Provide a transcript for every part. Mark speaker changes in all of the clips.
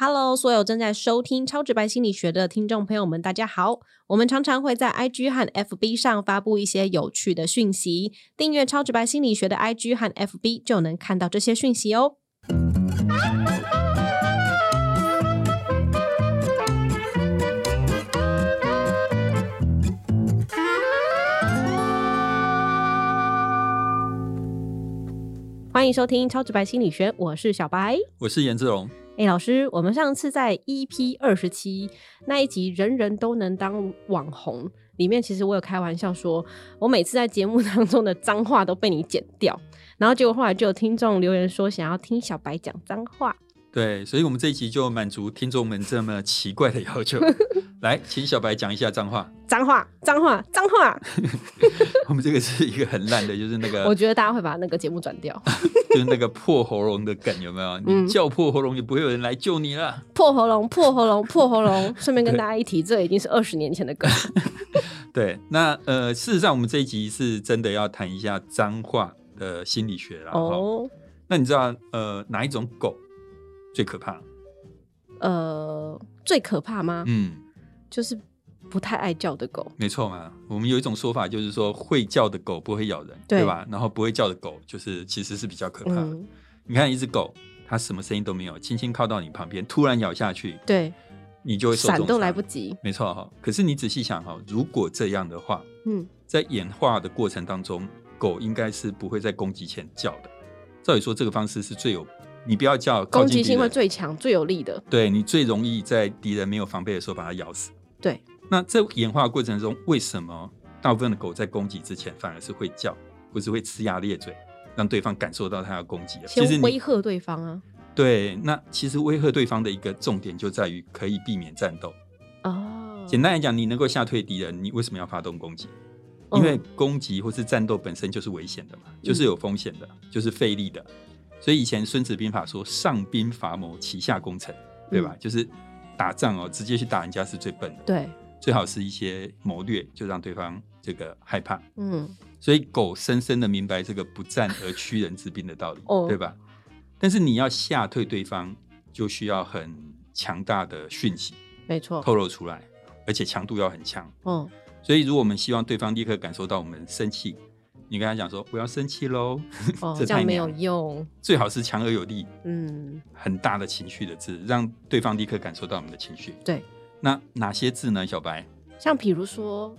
Speaker 1: Hello， 所有正在收听超直白心理学的听众朋友们，大家好。我们常常会在 IG 和 FB 上发布一些有趣的讯息，订阅超直白心理学的 IG 和 FB 就能看到这些讯息哦。欢迎收听超直白心理学，我是小白，
Speaker 2: 我是颜志龙。
Speaker 1: 老师，我们上次在 EP27 那一集人人都能当网红里面，其实我有开玩笑说我每次在节目当中的脏话都被你剪掉，然后结果后来就有听众留言说想要听小白讲脏话。
Speaker 2: 对，所以我们这一集就满足听众们这么奇怪的要求来，请小白讲一下脏话。
Speaker 1: 脏话
Speaker 2: 我们这个是一个很烂的，就是那个
Speaker 1: 我觉得大家会把那个节目转掉
Speaker 2: 就是那个破喉咙的梗，有没有？你叫破喉咙也不会有人来救你了。
Speaker 1: 破喉咙顺便跟大家一提，这已经是20年前的梗
Speaker 2: 对，那事实上我们这一集是真的要谈一下脏话的心理学啦。哦，那你知道哪一种狗最可怕？
Speaker 1: 最可怕吗？就是不太爱叫的狗。没
Speaker 2: 错嘛，我们有一种说法就是说会叫的狗不会咬人， 对吧？然后不会叫的狗就是其实是比较可怕的。你看一只狗，它什么声音都没有，轻轻靠到你旁边，突然咬下去，对，你就会受重伤，
Speaker 1: 闪都来不及。
Speaker 2: 没错哈。可是你仔细想哈，如果这样的话，在演化的过程当中，狗应该是不会在攻击前叫的。照理说，这个方式是最有，你不要叫靠近敌人，攻击
Speaker 1: 性会最强、最有力的。
Speaker 2: 对，你最容易在敌人没有防备的时候把它咬死。
Speaker 1: 对。
Speaker 2: 那在演化的过程中，为什么大部分的狗在攻击之前反而是会叫，或是会呲牙咧嘴，让对方感受到它要攻击了？
Speaker 1: 先威吓对方啊。
Speaker 2: 对，那其实威吓对方的一个重点就在于可以避免战斗。哦，简单来讲，你能够吓退敌人，你为什么要发动攻击？因为攻击或是战斗本身就是危险的嘛，就是有风险的，就是费力的。所以以前孙子兵法说上兵伐谋，其下攻城，对吧？就是打仗哦，直接去打人家是最笨的。对。最好是一些谋略，就让对方这个害怕。所以狗深深的明白这个不战而屈人之兵的道理，对吧？但是你要吓退对方，就需要很强大的讯息，没错，透露出来，而且强度要很强。所以如果我们希望对方立刻感受到我们生气，你跟他讲说不要生气咯这样没有用，最好是强而有力，很大的情绪的字，让对方立刻感受到我们的情绪。对。那哪些字呢，小白？像比如说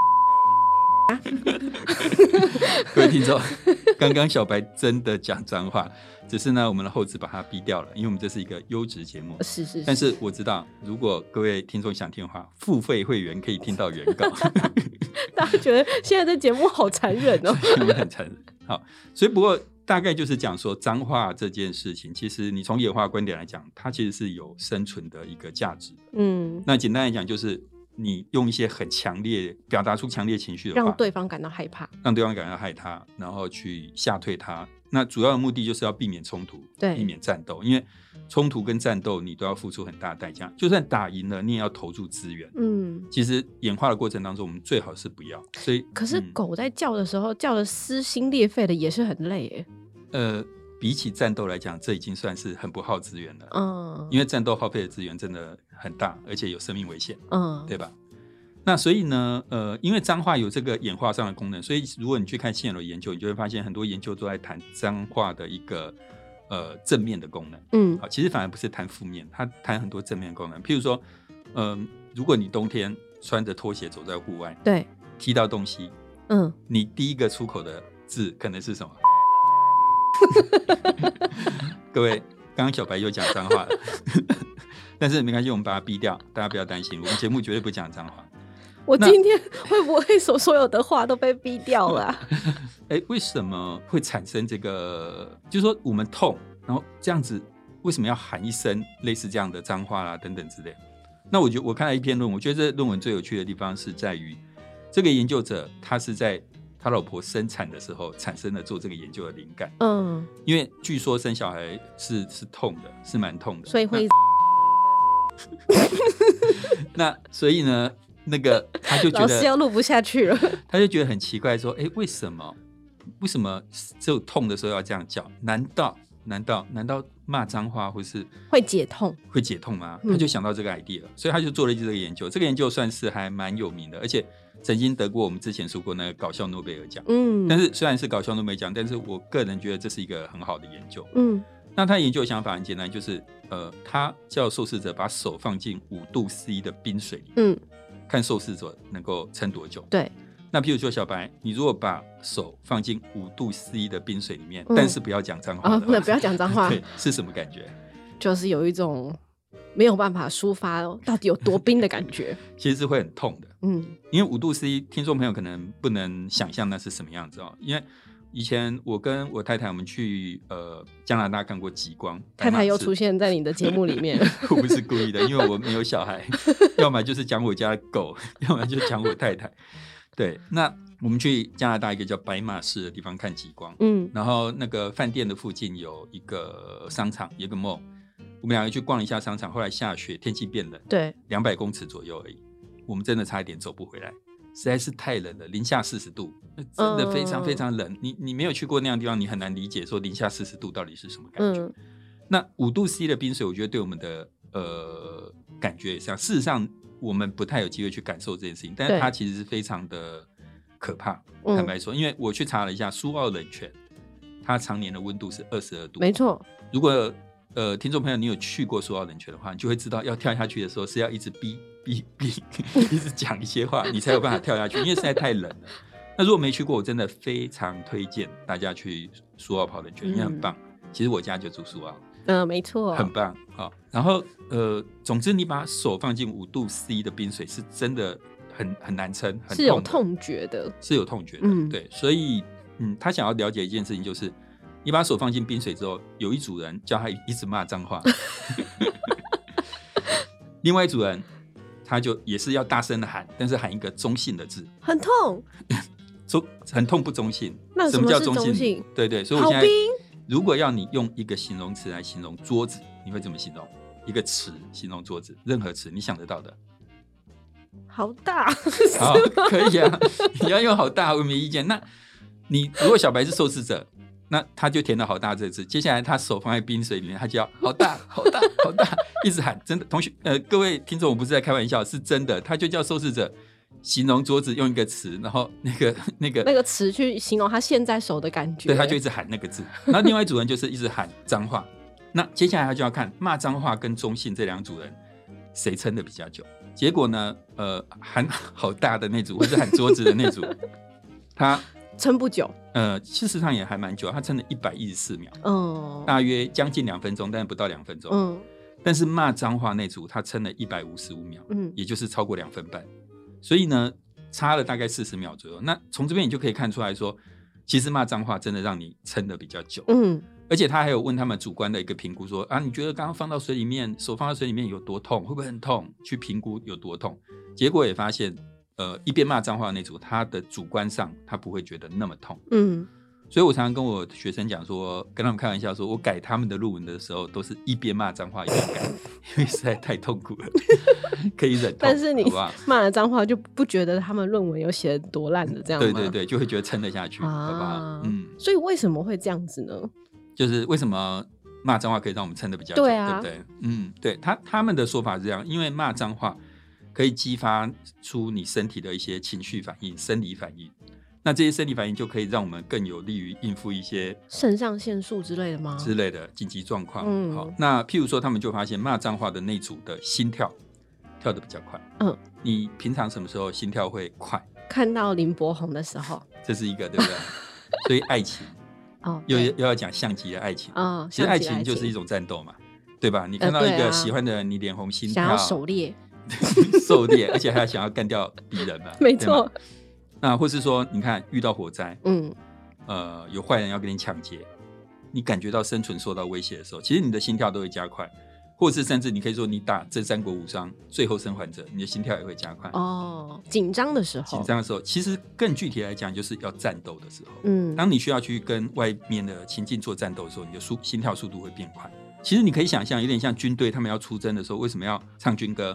Speaker 2: 各位听众，刚刚小白真的讲脏话，只是呢我们的后置把它逼掉了，因为我们这是一个优质节目。是。但是我知道，如果各位听众想听的话，付费会员可以听到原稿。
Speaker 1: 大家觉得现在这节目好残忍哦。
Speaker 2: 很残忍。好，所以不过大概就是讲说脏话这件事情，其实你从演化观点来讲，它其实是有生存的一个价值的。那简单来讲就是你用一些很强烈表达出强烈情绪的话，
Speaker 1: 让对方感到害怕，
Speaker 2: 然后去吓退他。那主要的目的就是要避免冲突，避免战斗，因为冲突跟战斗你都要付出很大的代价，就算打赢了你也要投注资源。其实演化的过程当中我们最好是不要。所以
Speaker 1: 可是狗在叫的时候叫的撕心裂肺的也是很累耶。
Speaker 2: 比起战斗来讲，这已经算是很不耗资源了。因为战斗耗费的资源真的很大，而且有生命危险。对吧？那所以呢，因为脏话有这个演化上的功能，所以如果你去看现有的研究，你就会发现很多研究都在谈脏话的一个正面的功能。好，其实反而不是谈负面，它谈很多正面的功能。譬如说，如果你冬天穿着拖鞋走在户外，对，踢到东西，你第一个出口的字可能是什么？各位，刚刚小白又讲脏话了但是没关系，我们把它逼掉，大家不要担心，我们节目绝对不讲脏话。
Speaker 1: 我今天会不会所有的话都被逼掉了
Speaker 2: 为什么会产生这个，就是说我们痛，然后这样子为什么要喊一声类似这样的脏话啦等等之类？那我看了一篇论文，我觉得这论文最有趣的地方是在于这个研究者他是在他老婆生产的时候产生了做这个研究的灵感。因为据说生小孩是痛的，是蛮痛的，
Speaker 1: 所以会
Speaker 2: 那所以呢那个他就觉得
Speaker 1: 老师要录不下去了，
Speaker 2: 他就觉得很奇怪说为什么这种痛的时候要这样叫？难道难道骂脏话或是
Speaker 1: 会解痛
Speaker 2: 吗？他就想到这个 idea，所以他就做了这个研究。这个研究算是还蛮有名的，而且曾经得过我们之前说过那个搞笑诺贝尔奖。但是虽然是搞笑诺贝尔奖，但是我个人觉得这是一个很好的研究。那他研究的想法很简单，就是他叫受试者把手放进5度C 的冰水里，看受试者能够撑多久。
Speaker 1: 对。
Speaker 2: 那譬如说小白，你如果把手放进5度C 的冰水里面，但是不要讲脏话
Speaker 1: 不要讲脏话
Speaker 2: 对，是什么感觉？
Speaker 1: 就是有一种没有办法抒发到底有多冰的感觉
Speaker 2: 其实是会很痛的。因为5度C 听众朋友可能不能想象那是什么样子哦。因为以前我跟我太太我们去加拿大看过极光，
Speaker 1: 太太又出现在你的节目里面
Speaker 2: 我不是故意的，因为我没有小孩要么就是讲我家的狗，要么就讲我太太。对，那我们去加拿大一个叫白马市的地方看极光，然后那个饭店的附近有一个商场，有一个 mall， 我们两个去逛了一下商场，后来下雪，天气变冷，
Speaker 1: 对
Speaker 2: ，200公尺左右而已，我们真的差一点走不回来，实在是太冷了，零下40度，真的非常非常冷。你没有去过那样的地方，你很难理解说零下40度到底是什么感觉。那5度C 的冰水，我觉得对我们的感觉也是这样。事实上，我们不太有机会去感受这件事情，但是它其实是非常的可怕。坦白说，因为我去查了一下，苏澳冷泉它常年的温度是22度，
Speaker 1: 没错。
Speaker 2: 如果听众朋友你有去过苏澳冷泉的话，你就会知道要跳下去的时候是要一直哔一直讲一些话，你才有办法跳下去，因为实在太冷了。那如果没去过，我真的非常推荐大家去苏澳泡冷泉，因为很棒。其实我家就住苏澳。
Speaker 1: 没错，
Speaker 2: 很棒。好，然后总之你把手放进5度C 的冰水是真的很难撑，很痛的，
Speaker 1: 是有痛觉的，
Speaker 2: 是有痛觉的。对，所以他想要了解一件事情，就是你把手放进冰水之后，有一组人叫他一直骂脏话，另外一组人他就也是要大声的喊，但是喊一个中性的字，
Speaker 1: 很痛，
Speaker 2: 很痛不中性？
Speaker 1: 那
Speaker 2: 什么叫
Speaker 1: 中性？
Speaker 2: 对，所以我现在如果要你用一个形容词来形容桌子，你会怎么形容？一个词形容桌子，任何词你想得到的。
Speaker 1: 好大。
Speaker 2: 好，可以啊，你要用好大我没意见。那你如果小白是受试者，那他就填了好大这个字，接下来他手放在冰水里面，他就要好大好大好大一直喊。真的，同学各位听众，我不是在开玩笑，是真的，他就叫受试者形容桌子用一个词，然后那个
Speaker 1: 词去形容他现在手的感觉。
Speaker 2: 对，他就一直喊那个字。然后另外一组人就是一直喊脏话。那接下来他就要看骂脏话跟中性这2组人谁撑的比较久。结果呢，喊好大的那组或是喊桌子的那组，他
Speaker 1: 撑不久。
Speaker 2: 事实上也还蛮久，他撑了114秒，大约将近2分钟，但不到2分钟。但是骂脏话那组他撑了155秒，也就是超过2分半。所以呢，差了大概40秒左右。那从这边你就可以看出来说，其实骂脏话真的让你撑得比较久。而且他还有问他们主观的一个评估说，你觉得刚刚放到水里面，手放到水里面有多痛，会不会很痛，去评估有多痛。结果也发现一边骂脏话的那组，他的主观上他不会觉得那么痛。所以我常常跟我学生讲说，跟他们开玩笑说，我改他们的论文的时候都是一边骂脏话一边改，因为实在太痛苦了，可以忍痛。
Speaker 1: 但是你骂了脏话就不觉得他们论文有写得多烂的这样吗？
Speaker 2: 对，就会觉得撑得下去，好不好？
Speaker 1: 所以为什么会这样子呢？
Speaker 2: 就是为什么骂脏话可以让我们撑得比较久，对不对？对，他们的说法是这样，因为骂脏话可以激发出你身体的一些情绪反应、生理反应。那这些生理反应就可以让我们更有利于应付一些
Speaker 1: 肾上腺素之类的吗？
Speaker 2: 之类的紧急状况。好，那譬如说，他们就发现骂脏话的那组的心跳跳得比较快。你平常什么时候心跳会快？
Speaker 1: 看到林柏宏的时候，
Speaker 2: 这是一个，对不对？所以爱情又要讲像极了爱情。其实爱情就是一种战斗嘛，对吧？你看到一个喜欢的人，你脸红心跳，
Speaker 1: 想要狩猎，
Speaker 2: 狩猎，而且还想要干掉敌人嘛，
Speaker 1: 没错。
Speaker 2: 那或是说，你看遇到火灾，有坏人要跟你抢劫，你感觉到生存受到威胁的时候，其实你的心跳都会加快，或是甚至你可以说，你打这三国无双最后生还者，你的心跳也会加快。
Speaker 1: 紧张的时候，
Speaker 2: 其实更具体来讲，就是要战斗的时候。当你需要去跟外面的情境做战斗的时候，你的心跳速度会变快。其实你可以想象，有点像军队他们要出征的时候，为什么要唱军歌？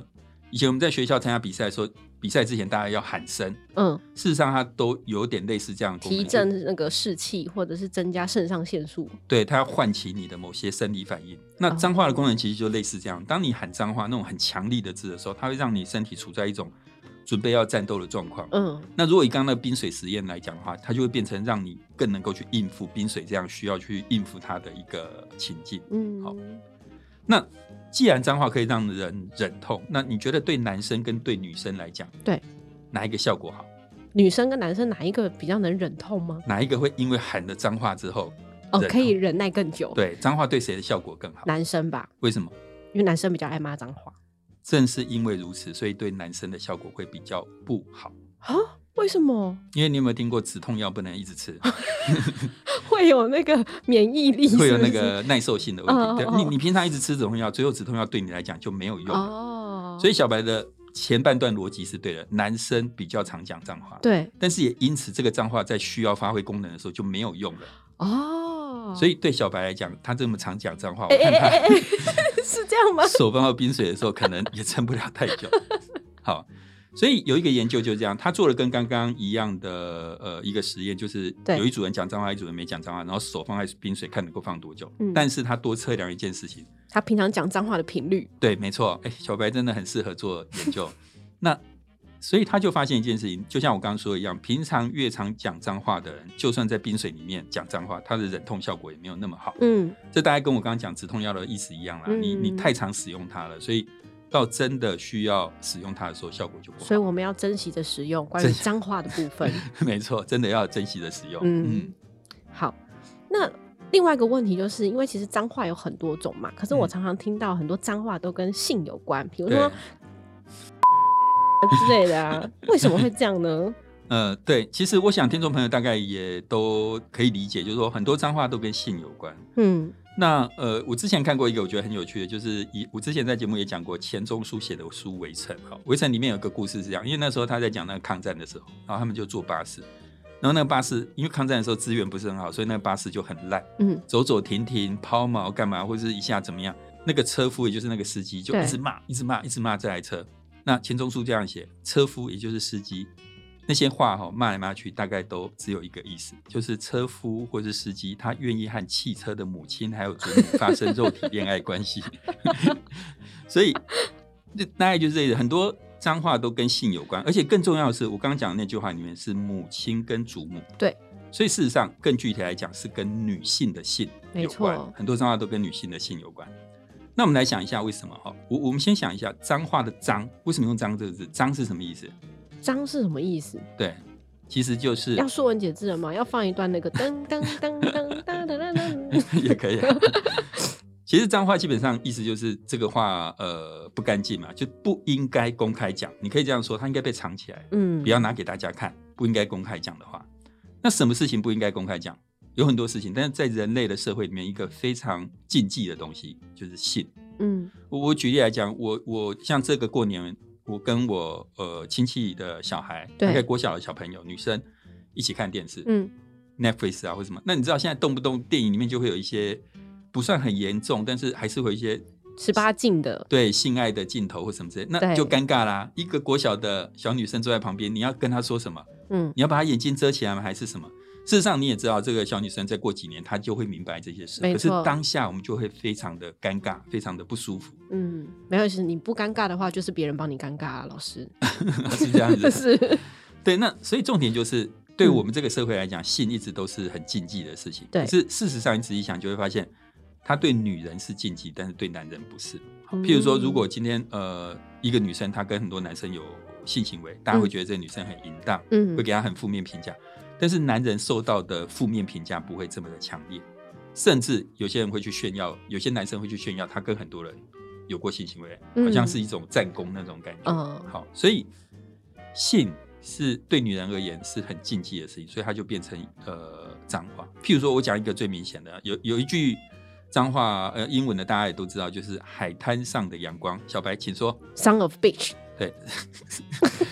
Speaker 2: 以前我们在学校参加比赛的时候，比赛之前大家要喊声，事实上它都有点类似这样的功能，
Speaker 1: 提振那个士气，或者是增加肾上腺素。
Speaker 2: 对，它要唤起你的某些生理反应。那脏话的功能其实就类似这样，当你喊脏话那种很强力的字的时候，它会让你身体处在一种准备要战斗的状况。那如果以刚刚那个冰水实验来讲的话，它就会变成让你更能够去应付冰水这样需要去应付它的一个情境。好，那既然脏话可以让人忍痛，那你觉得对男生跟对女生来讲，
Speaker 1: 对
Speaker 2: 哪一个效果好？
Speaker 1: 女生跟男生哪一个比较能忍痛吗？
Speaker 2: 哪一个会因为喊了脏话之后
Speaker 1: 可以忍耐更久？
Speaker 2: 对，脏话对谁的效果更好？
Speaker 1: 男生吧。
Speaker 2: 为什么？
Speaker 1: 因为男生比较爱骂脏话。
Speaker 2: 正是因为如此，所以对男生的效果会比较不好
Speaker 1: 啊？为什么？
Speaker 2: 因为你有没有听过止痛药不能一直吃？
Speaker 1: 会有那个免疫力是不是，
Speaker 2: 会有那个耐受性的问题。对，你平常一直吃止痛药，最后止痛药对你来讲就没有用了。所以小白的前半段逻辑是对的，男生比较常讲脏话，
Speaker 1: 对，
Speaker 2: 但是也因此这个脏话在需要发挥功能的时候就没有用了。所以对小白来讲，他这么常讲脏话，我看他
Speaker 1: 是这样吗？
Speaker 2: 手放到冰水的时候，可能也撑不了太久。好，所以有一个研究就是这样，他做了跟刚刚一样的一个实验，就是有一组人讲脏话，一组人没讲脏话，然后手放在冰水看能够放多久。但是他多测量一件事情，
Speaker 1: 他平常讲脏话的频率。
Speaker 2: 对，没错。小白真的很适合做研究。那所以他就发现一件事情，就像我刚刚说的一样，平常越常讲脏话的人，就算在冰水里面讲脏话，他的忍痛效果也没有那么好。这大概跟我刚刚讲止痛药的意思一样啦。你太常使用它了，所以到真的需要使用它的时候，效果就不好。
Speaker 1: 所以我们要珍惜的使用关于脏话的部分。
Speaker 2: 没错，真的要珍惜的使用。
Speaker 1: 好，那另外一个问题就是，因为其实脏话有很多种嘛，可是我常常听到很多脏话都跟性有关，比如说之类的啊，为什么会这样呢？
Speaker 2: 对，其实我想听众朋友大概也都可以理解，就是说很多脏话都跟性有关。那我之前看过一个我觉得很有趣的，就是我之前在节目也讲过钱钟书写的书《围城》。围城里面有个故事是这样，因为那时候他在讲那个抗战的时候，然后他们就坐巴士，然后那个巴士因为抗战的时候资源不是很好，所以那个巴士就很烂，走走停停抛锚干嘛，或者是一下怎么样，那个车夫也就是那个司机就一直骂一直骂一直骂这台车。那钱钟书这样写，车夫也就是司机那些话骂来骂去大概都只有一个意思，就是车夫或是司机他愿意和汽车的母亲还有祖母发生肉体恋爱关系。所以大概就是这个，很多脏话都跟性有关，而且更重要的是我刚刚讲的那句话里面是母亲跟祖母。对，所以事实上更具体来讲是跟女性的性有关，很多脏话都跟女性的性有关。那我们来想一下为什么。我们先想一下脏话的脏，为什么用脏这个字？脏是什么意思？脏是什么意思？对，其实就是要说文解字了吗？要放一段那个噔噔噔噔噔噔噔也可以啊。其实脏话基本上意思就是这个话不干净嘛，就不应该公开讲。你可以这样说，它应该被藏起来，不要拿给大家看，不应该公开讲的话。那什么事情不应该公开讲？有很多事情，但是在人类的社会里面，一个非常禁忌的东西就是性。我举例来讲，我像这个过年，我跟我亲戚的小孩，大概国小的小朋友女生一起看电视，Netflix 啊或什么。那你知道现在动不动电影里面就会有一些不算很严重，但是还是会有一些18禁的，对，性爱的镜头或什么之类，那就尴尬啦。一个国小的小女生坐在旁边，你要跟她说什么？你要把她眼睛遮起来吗？还是什么？事实上你也知道，这个小女生再过几年她就会明白这些事，可是当下我们就会非常的尴尬，非常的不舒服。没有事，你不尴尬的话就是别人帮你尴尬啊，老师。是这样子。是，对，那所以重点就是对我们这个社会来讲，性一直都是很禁忌的事情。可是事实上你仔细想就会发现，它对女人是禁忌，但是对男人不是。譬如说如果今天一个女生她跟很多男生有性行为，大家会觉得这个女生很淫荡，会给她很负面评价。但是男人受到的负面评价不会这么的强烈，甚至有些人会去炫耀，有些男生会去炫耀他跟很多人有过性行为，好像是一种战功那种感觉。好，所以性是对女人而言是很禁忌的事情，所以它就变成脏话。譬如说我讲一个最明显的，有一句脏话，英文的大家也都知道，就是海滩上的阳光。小白请说。Son of bitch。对。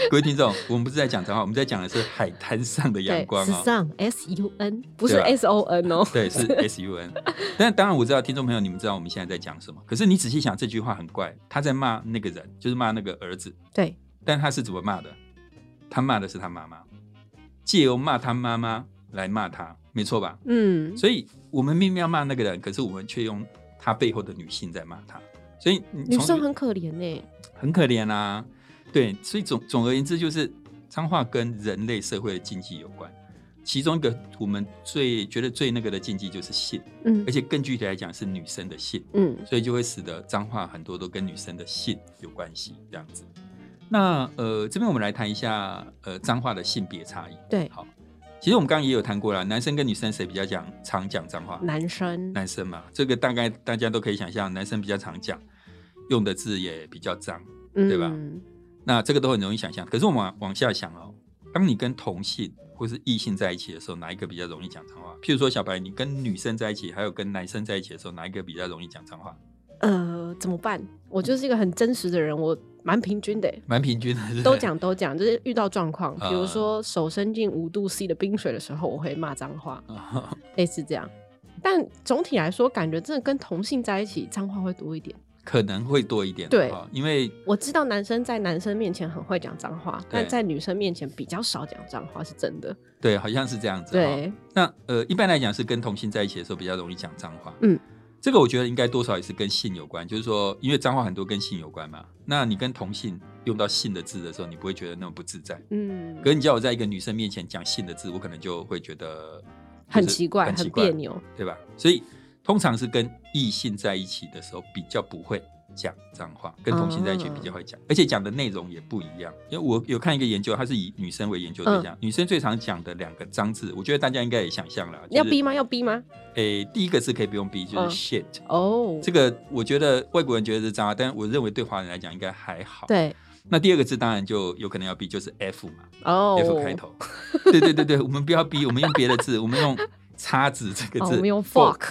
Speaker 2: 各位听众，我们不是在讲脏话，我们在讲的是海滩上的阳光哦。
Speaker 1: sun SUN 不是 SON 哦。
Speaker 2: 对，是 SUN。但当然我知道听众朋友你们知道我们现在在讲什么，可是你仔细想这句话很怪，他在骂那个人，就是骂那个儿子。
Speaker 1: 对，
Speaker 2: 但他是怎么骂的？他骂的是他妈妈，借由骂他妈妈来骂他，没错吧？所以我们明明要骂那个人，可是我们却用他背后的女性在骂他，所以
Speaker 1: 女生很可怜呢，
Speaker 2: 很可怜啊。对，所以总而言之，就是脏话跟人类社会的禁忌有关。其中一个我们觉得最那个的禁忌就是性，而且更具体来讲是女生的性，所以就会使得脏话很多都跟女生的性有关系，这样子。那这边我们来谈一下脏话的性别差异。
Speaker 1: 对，
Speaker 2: 好，其实我们刚刚也有谈过了，男生跟女生谁比较常讲脏话？
Speaker 1: 男生嘛，
Speaker 2: 这个大概大家都可以想象，男生比较常讲，用的字也比较脏，对吧？那这个都很容易想象。可是我们往下想哦，当你跟同性或是异性在一起的时候，哪一个比较容易讲脏话？譬如说小白，你跟女生在一起，还有跟男生在一起的时候，哪一个比较容易讲脏话？
Speaker 1: 怎么办？我就是一个很真实的人，我蛮平均的，
Speaker 2: 蛮平均的，
Speaker 1: 都讲，就是遇到状况，比如说手伸进5度 C 的冰水的时候，我会骂脏话，类似这样。但总体来说，感觉真的跟同性在一起，脏话会多一点。
Speaker 2: 可能会多一点，
Speaker 1: 对，
Speaker 2: 因为
Speaker 1: 我知道男生在男生面前很会讲脏话，但在女生面前比较少讲脏话，是真的。
Speaker 2: 对，好像是这样子。
Speaker 1: 对，
Speaker 2: 那一般来讲是跟同性在一起的时候比较容易讲脏话。这个我觉得应该多少也是跟性有关，就是说，因为脏话很多跟性有关嘛。那你跟同性用到性的字的时候，你不会觉得那么不自在。可是你叫我在一个女生面前讲性的字，我可能就会觉得
Speaker 1: 很奇怪，很别扭，
Speaker 2: 对吧？所以通常是跟异性在一起的时候比较不会讲脏话，跟同性在一起比较会讲，而且讲的内容也不一样。因为我有看一个研究，它是以女生为研究对象，女生最常讲的2个脏字，我觉得大家应该也想象了。
Speaker 1: 要逼吗？要逼吗？
Speaker 2: 第一个字可以不用逼，就是 shit。这个我觉得外国人觉得是脏话，但我认为对华人来讲应该还好。
Speaker 1: 对。
Speaker 2: 那第2个字当然就有可能要逼，就是 F 嘛，F 开头。对，我们不要逼，我们用别的字，我们用叉子这个字，
Speaker 1: 我们用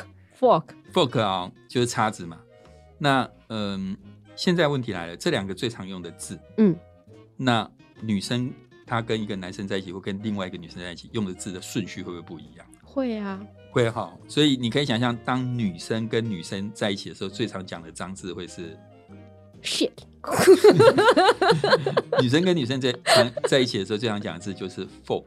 Speaker 1: fork
Speaker 2: 啊，就是叉子嘛。那现在问题来了，这2个最常用的字，那女生她跟一个男生在一起，或跟另外一个女生在一起，用的字的顺序会不会不一样？
Speaker 1: 会啊，
Speaker 2: 会哈。所以你可以想象，当女生跟女生在一起的时候，最常讲的脏字会是
Speaker 1: shit。
Speaker 2: 女生跟女生在一起的时候，最常讲的字就是 fork。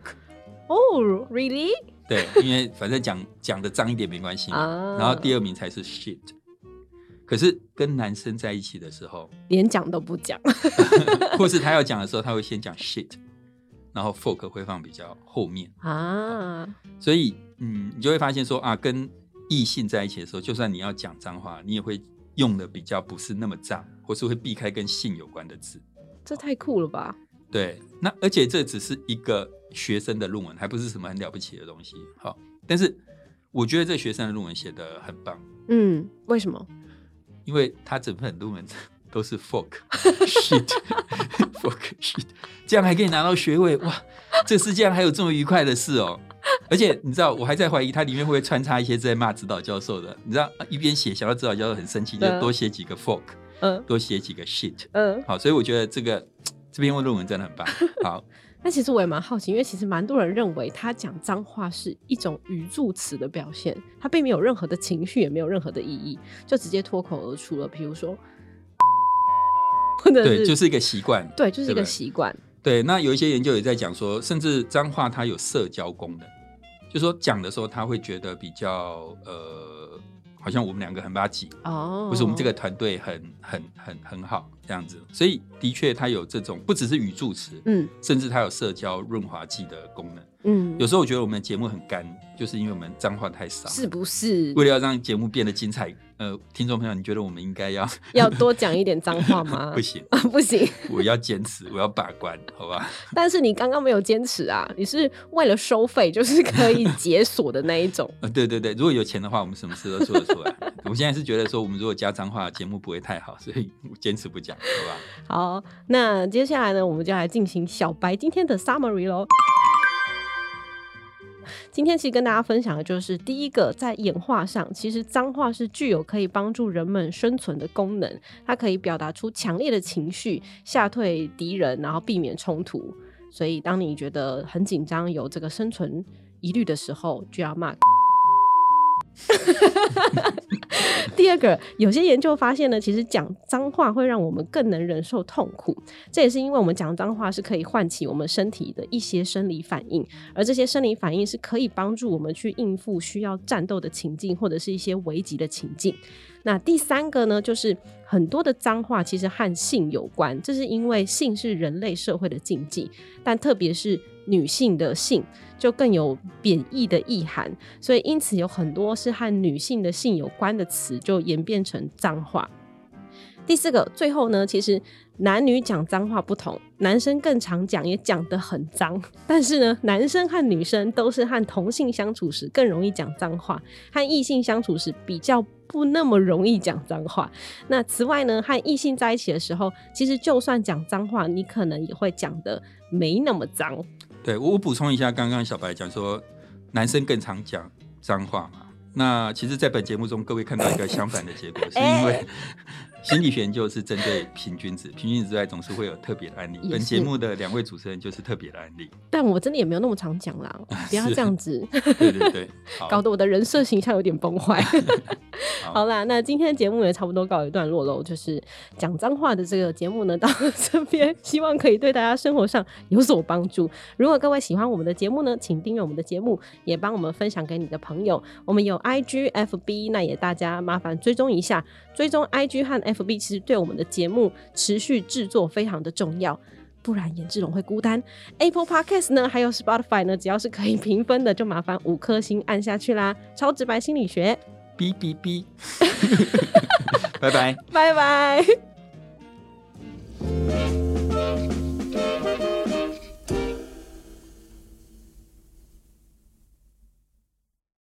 Speaker 1: really？
Speaker 2: 对，因为反正讲的脏一点没关系嘛。然后第2名才是 shit。可是跟男生在一起的时候，
Speaker 1: 连讲都不讲，
Speaker 2: 或是他要讲的时候，他会先讲 shit， 然后 fork 会放比较后面啊。所以你就会发现说啊，跟异性在一起的时候，就算你要讲脏话，你也会用的比较不是那么脏，或是会避开跟性有关的字。
Speaker 1: 这太酷了吧？
Speaker 2: 对，那而且这只是一个学生的论文，还不是什么很了不起的东西。好，但是我觉得这学生的论文写得很棒。
Speaker 1: 为什么？
Speaker 2: 因为他整份论文都是 fork shit fork shit， 这样还可以拿到学位，哇！这世界上还有这么愉快的事哦！而且你知道，我还在怀疑他里面会不会穿插一些在骂指导教授的。你知道，一边写想到指导教授很生气，就多写几个 fork，多写几个 shit。好，所以我觉得这篇论文真的很棒。好。
Speaker 1: 那其实我也蛮好奇，因为其实蛮多人认为他讲脏话是一种语助词的表现，他并没有任何的情绪，也没有任何的意义，就直接脱口而出了。比如说，或者是
Speaker 2: 对，就是一个习惯，
Speaker 1: 对，就是一个习惯。
Speaker 2: 对，那有一些研究也在讲说，甚至脏话它有社交功能，就是说讲的时候他会觉得比较好像我们2个很巴吉或是我们这个团队很好这样子，所以的确它有这种不只是语助词，甚至它有社交润滑剂的功能。有时候我觉得我们的节目很干，就是因为我们脏话太少，
Speaker 1: 是不是？
Speaker 2: 为了要让节目变得精彩，听众朋友，你觉得我们应该
Speaker 1: 要多讲一点脏话吗？
Speaker 2: 不行
Speaker 1: 不行，
Speaker 2: 我要坚持，我要把关，好吧？
Speaker 1: 但是你刚刚没有坚持啊，你是为了收费，就是可以解锁的那一种。
Speaker 2: 对，如果有钱的话，我们什么事都做得出来。我现在是觉得说，我们如果加脏话，节目不会太好，所以我坚持不讲，好吧？
Speaker 1: 好，那接下来呢，我们就来进行小白今天的 summary 咯。今今天其实跟大家分享的就是第一个，在演化上其实脏话是具有可以帮助人们生存的功能，它可以表达出强烈的情绪，吓退敌人，然后避免冲突。所以当你觉得很紧张有这个生存疑虑的时候，就要骂第二个，有些研究发现呢，其实讲脏话会让我们更能忍受痛苦，这也是因为我们讲脏话是可以唤起我们身体的一些生理反应，而这些生理反应是可以帮助我们去应付需要战斗的情境或者是一些危急的情境。那第三个呢，就是很多的脏话其实和性有关，这是因为性是人类社会的禁忌，但特别是女性的性就更有贬义的意涵，所以因此有很多是和女性的性有关的词就演变成脏话。第四个，最后呢，其实男女讲脏话不同，男生更常讲，也讲得很脏，但是呢，男生和女生都是和同性相处时更容易讲脏话，和异性相处时比较不那么容易讲脏话。那此外呢，和异性在一起的时候，其实就算讲脏话，你可能也会讲得没那么脏。
Speaker 2: 对，我补充一下，刚刚小白讲说男生更常讲脏话嘛，那其实在本节目中各位看到一个相反的结果是因为心理学研究是针对平均值，平均值之外总是会有特别的案例，本节目的2位主持人就是特别的案例，
Speaker 1: 但我真的也没有那么常讲啦，不要这样子
Speaker 2: 对对对，
Speaker 1: 搞得我的人设形象有点崩坏好啦，那今天的节目也差不多告一段落咯，就是讲脏话的这个节目呢到这边，希望可以对大家生活上有所帮助。如果各位喜欢我们的节目呢，请订阅我们的节目，也帮我们分享给你的朋友。我们有 IG、FB， 那也大家麻烦追踪一下，追踪 IG 和FB 其实对我们的节目持续制作非常的重要，不然颜志龙会孤单。 Apple Podcast 呢还有 Spotify 呢，只要是可以评分的就麻烦5颗星按下去啦。超直白心理学，
Speaker 2: 哔哔哔拜拜
Speaker 1: 拜拜。